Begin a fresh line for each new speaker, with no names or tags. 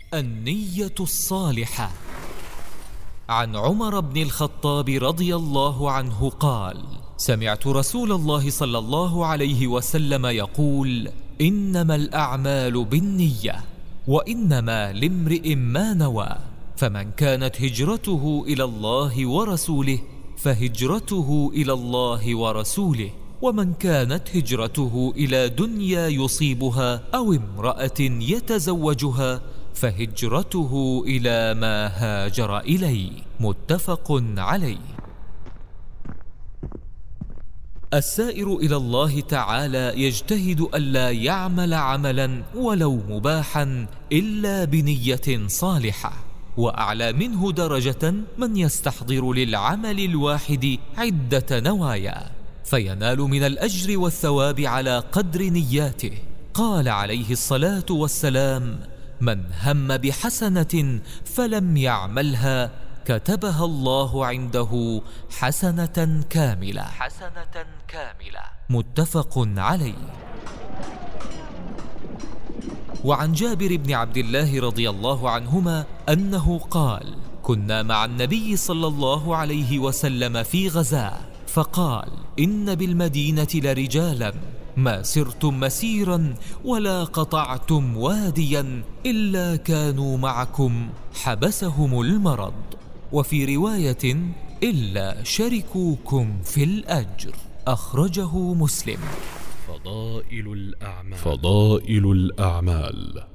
النية الصالحة. عن عمر بن الخطاب رضي الله عنه قال: سمعت رسول الله صلى الله عليه وسلم يقول: إنما الأعمال بالنية، وإنما لامرئ ما نوى، فمن كانت هجرته إلى الله ورسوله فهجرته إلى الله ورسوله، ومن كانت هجرته إلى دنيا يصيبها أو امرأة يتزوجها فهجرته إلى ما هاجر إليه. متفق عليه. السائر إلى الله تعالى يجتهد ألا يعمل عملا ولو مباحا إلا بنية صالحة، وأعلى منه درجة من يستحضر للعمل الواحد عدة نوايا فينال من الأجر والثواب على قدر نياته. قال عليه الصلاة والسلام: من هم بحسنة فلم يعملها كتبها الله عنده حسنة كاملة. متفق عليه. وعن جابر بن عبد الله رضي الله عنهما أنه قال: كنا مع النبي صلى الله عليه وسلم في غزاة، فقال: إن بالمدينة لرجالا ما سرتم مسيرا ولا قطعتم واديا إلا كانوا معكم حبسهم المرض، وفي رواية: إلا شركوكم في الأجر. أخرجه مسلم.
فضائل الأعمال